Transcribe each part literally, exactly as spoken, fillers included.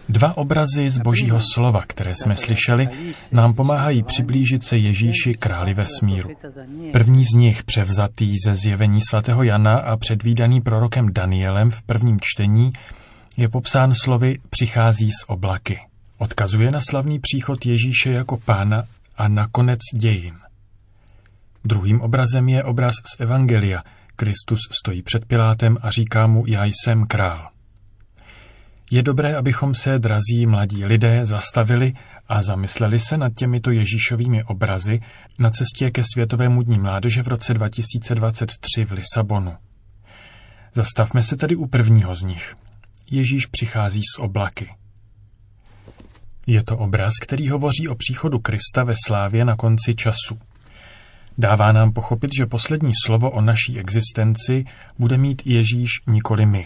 Dva obrazy z Božího slova, které jsme slyšeli, nám pomáhají přiblížit se Ježíši, králi vesmíru. První z nich, převzatý ze zjevení svatého Jana a předvídaný prorokem Danielem v prvním čtení, je popsán slovy přichází z oblaky. Odkazuje na slavný příchod Ježíše jako pána a na konec dějin. Druhým obrazem je obraz z Evangelia. Kristus stojí před Pilátem a říká mu, já jsem král. Je dobré, abychom se, drazí mladí lidé, zastavili a zamysleli se nad těmito Ježíšovými obrazy na cestě ke Světovému dní mládeže v roce dva tisíce dvacet tři v Lisabonu. Zastavme se tedy u prvního z nich. Ježíš přichází z oblaky. Je to obraz, který hovoří o příchodu Krista ve slávě na konci času. Dává nám pochopit, že poslední slovo o naší existenci bude mít Ježíš, nikoli my.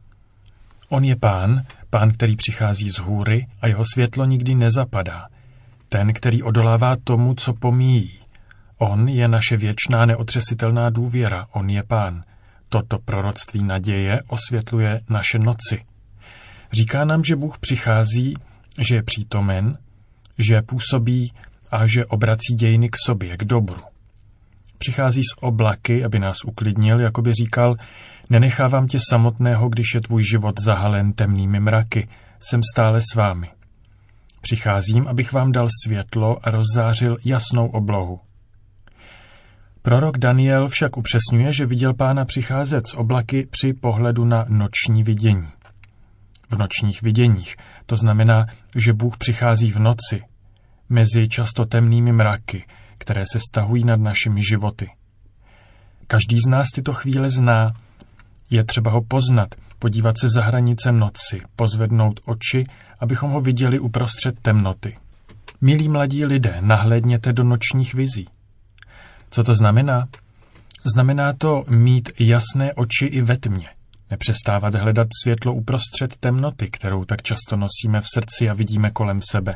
On je pán, pán, který přichází z hůry a jeho světlo nikdy nezapadá. Ten, který odolává tomu, co pomíjí. On je naše věčná neotřesitelná důvěra, on je pán. Toto proroctví naděje osvětluje naše noci. Říká nám, že Bůh přichází, že je přítomen, že působí a že obrací dějiny k sobě, k dobru. Přichází z oblaky, aby nás uklidnil, jako by říkal, nenechávám tě samotného, když je tvůj život zahalen temnými mraky, jsem stále s vámi. Přicházím, abych vám dal světlo a rozzářil jasnou oblohu. Prorok Daniel však upřesňuje, že viděl pána přicházet z oblaky při pohledu na noční vidění. V nočních viděních, to znamená, že Bůh přichází v noci, mezi často temnými mraky, které se stahují nad našimi životy. Každý z nás tyto chvíle zná. Je třeba ho poznat, podívat se za hranice noci, pozvednout oči, abychom ho viděli uprostřed temnoty. Milí mladí lidé, nahlédněte do nočních vizí. Co to znamená? Znamená to mít jasné oči i ve tmě. Nepřestávat hledat světlo uprostřed temnoty, kterou tak často nosíme v srdci a vidíme kolem sebe.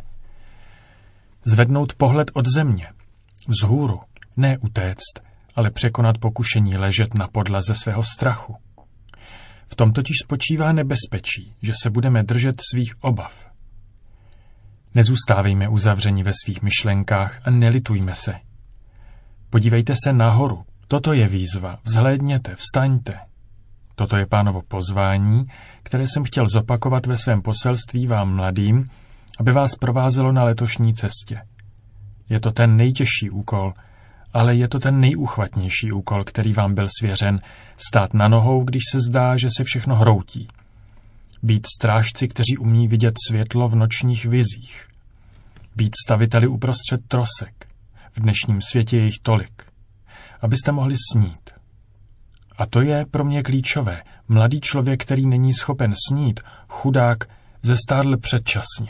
Zvednout pohled od země, vzhůru, ne utéct, ale překonat pokušení ležet na podlaze svého strachu. V tom totiž spočívá nebezpečí, že se budeme držet svých obav. Nezůstávejme uzavřeni ve svých myšlenkách a nelitujme se. Podívejte se nahoru, toto je výzva, vzhlédněte, vstaňte. Toto je Pánovo pozvání, které jsem chtěl zopakovat ve svém poselství vám mladým, aby vás provázelo na letošní cestě. Je to ten nejtěžší úkol, ale je to ten nejúchvatnější úkol, který vám byl svěřen, stát na nohou, když se zdá, že se všechno hroutí. Být strážci, kteří umí vidět světlo v nočních vizích. Být staviteli uprostřed trosek. V dnešním světě je jich tolik. Abyste mohli snít. A to je pro mě klíčové. Mladý člověk, který není schopen snít, chudák, zestárl předčasně.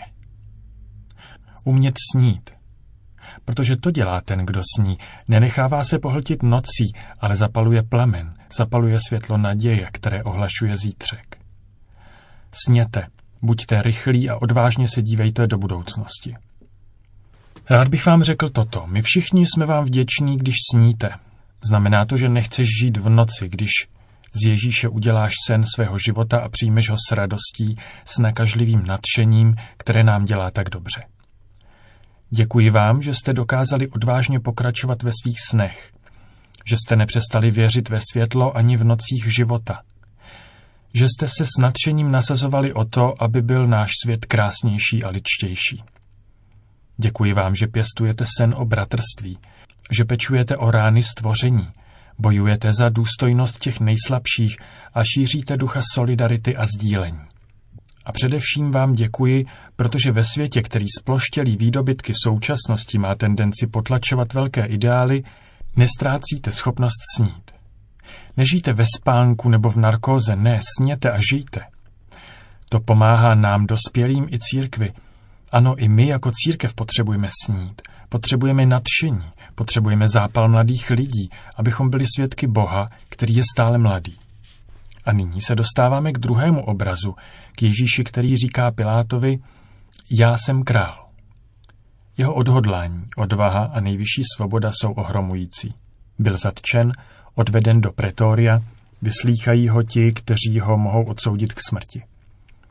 Umět snít. Protože to dělá ten, kdo sní. Nenechává se pohltit nocí, ale zapaluje plamen, zapaluje světlo naděje, které ohlašuje zítřek. Sněte, buďte rychlí a odvážně se dívejte do budoucnosti. Rád bych vám řekl toto. My všichni jsme vám vděční, když sníte. Znamená to, že nechceš žít v noci, když z Ježíše uděláš sen svého života a přijmeš ho s radostí, s nakažlivým nadšením, které nám dělá tak dobře. Děkuji vám, že jste dokázali odvážně pokračovat ve svých snech, že jste nepřestali věřit ve světlo ani v nocích života, že jste se s nadšením nasazovali o to, aby byl náš svět krásnější a lidštější. Děkuji vám, že pěstujete sen o bratrství, že pečujete o rány stvoření, bojujete za důstojnost těch nejslabších a šíříte ducha solidarity a sdílení. A především vám děkuji, protože ve světě, který sploštělý výdobytky současnosti má tendenci potlačovat velké ideály, nestrácíte schopnost snít. Nežijte ve spánku nebo v narkóze, ne, sněte a žijte. To pomáhá nám, dospělým i církvi. Ano, i my jako církev potřebujeme snít, potřebujeme nadšení, potřebujeme zápal mladých lidí, abychom byli svědky Boha, který je stále mladý. A nyní se dostáváme k druhému obrazu, k Ježíši, který říká Pilátovi, já jsem král. Jeho odhodlání, odvaha a nejvyšší svoboda jsou ohromující. Byl zatčen, odveden do pretoria, vyslýchají ho ti, kteří ho mohou odsoudit k smrti.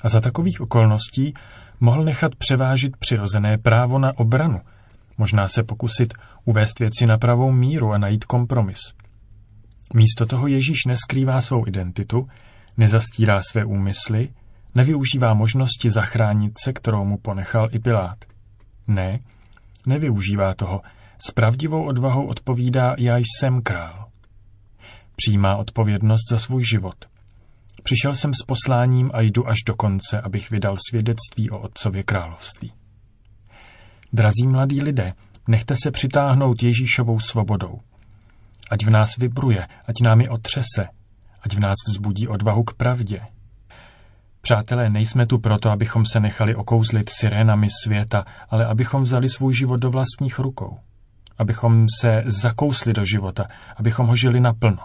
A za takových okolností mohl nechat převážit přirozené právo na obranu, možná se pokusit uvést věci na pravou míru a najít kompromis. Místo toho Ježíš neskrývá svou identitu, nezastírá své úmysly, nevyužívá možnosti zachránit se, kterou mu ponechal i Pilát. Ne, nevyužívá toho. S pravdivou odvahou odpovídá: já jsem král. Přijímá odpovědnost za svůj život. Přišel jsem s posláním a jdu až do konce, abych vydal svědectví o Otcově království. Drazí mladí lidé, nechte se přitáhnout Ježíšovou svobodou. Ať v nás vibruje, ať nám je otřese, ať v nás vzbudí odvahu k pravdě. Přátelé, nejsme tu proto, abychom se nechali okouzlit sirénami světa, ale abychom vzali svůj život do vlastních rukou. Abychom se zakousli do života, abychom ho žili naplno.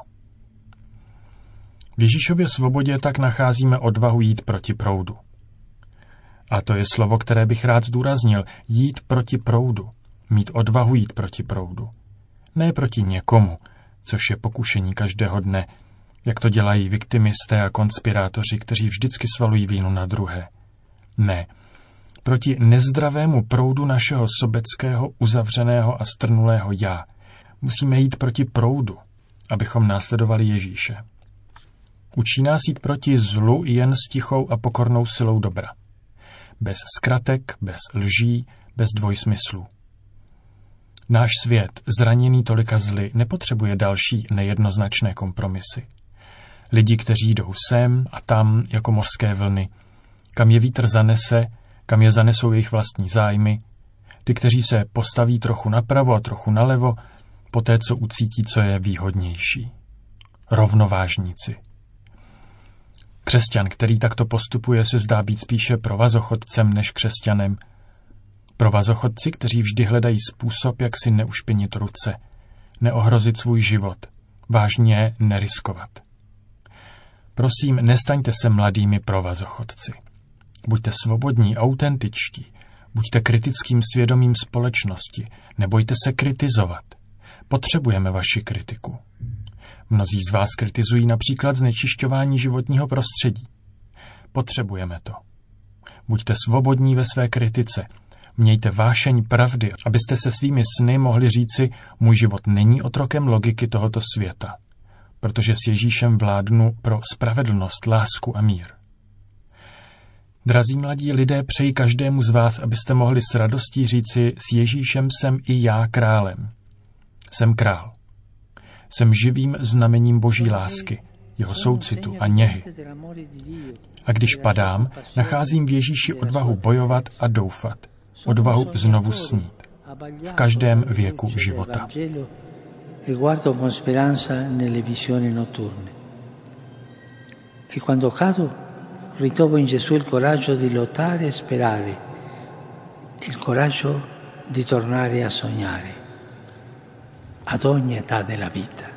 V Ježíšově svobodě tak nacházíme odvahu jít proti proudu. A to je slovo, které bych rád zdůraznil. Jít proti proudu. Mít odvahu jít proti proudu. Ne proti někomu, což je pokušení každého dne, jak to dělají viktimisté a konspirátoři, kteří vždycky svalují vínu na druhé. Ne, proti nezdravému proudu našeho sobeckého, uzavřeného a strnulého já. Musíme jít proti proudu, abychom následovali Ježíše. Učí nás jít proti zlu jen s tichou a pokornou silou dobra. Bez zkratek, bez lží, bez dvojsmyslů. Náš svět, zraněný tolika zly, nepotřebuje další nejednoznačné kompromisy. Lidi, kteří jdou sem a tam jako mořské vlny, kam je vítr zanese, kam je zanesou jejich vlastní zájmy, ty, kteří se postaví trochu napravo a trochu nalevo, poté, co ucítí, co je výhodnější. Rovnovážníci. Křesťan, který takto postupuje, se zdá být spíše provazochodcem než křesťanem. Provazochodci, kteří vždy hledají způsob, jak si neušpinit ruce, neohrozit svůj život, vážně neriskovat. Prosím, nestaňte se mladými provazochodci. Buďte svobodní, autentičtí, buďte kritickým svědomím společnosti, nebojte se kritizovat. Potřebujeme vaši kritiku. Mnozí z vás kritizují například znečišťování životního prostředí. Potřebujeme to. Buďte svobodní ve své kritice. Mějte vášeň pravdy, abyste se svými sny mohli říci: můj život není otrokem logiky tohoto světa, protože s Ježíšem vládnu pro spravedlnost, lásku a mír. Drazí mladí lidé, přeji každému z vás, abyste mohli s radostí říci: s Ježíšem jsem i já králem. Jsem král. Jsem živým znamením Boží lásky, jeho soucitu a něhy. A když padám, nacházím v Ježíši odvahu bojovat a doufat. Odvahu znovu snít. V každém věku života. E guardo con speranza nelle visioni notturne. E quando cado, ritrovo in Gesù il coraggio di lottare e sperare, il coraggio di tornare a sognare ad ogni età della vita.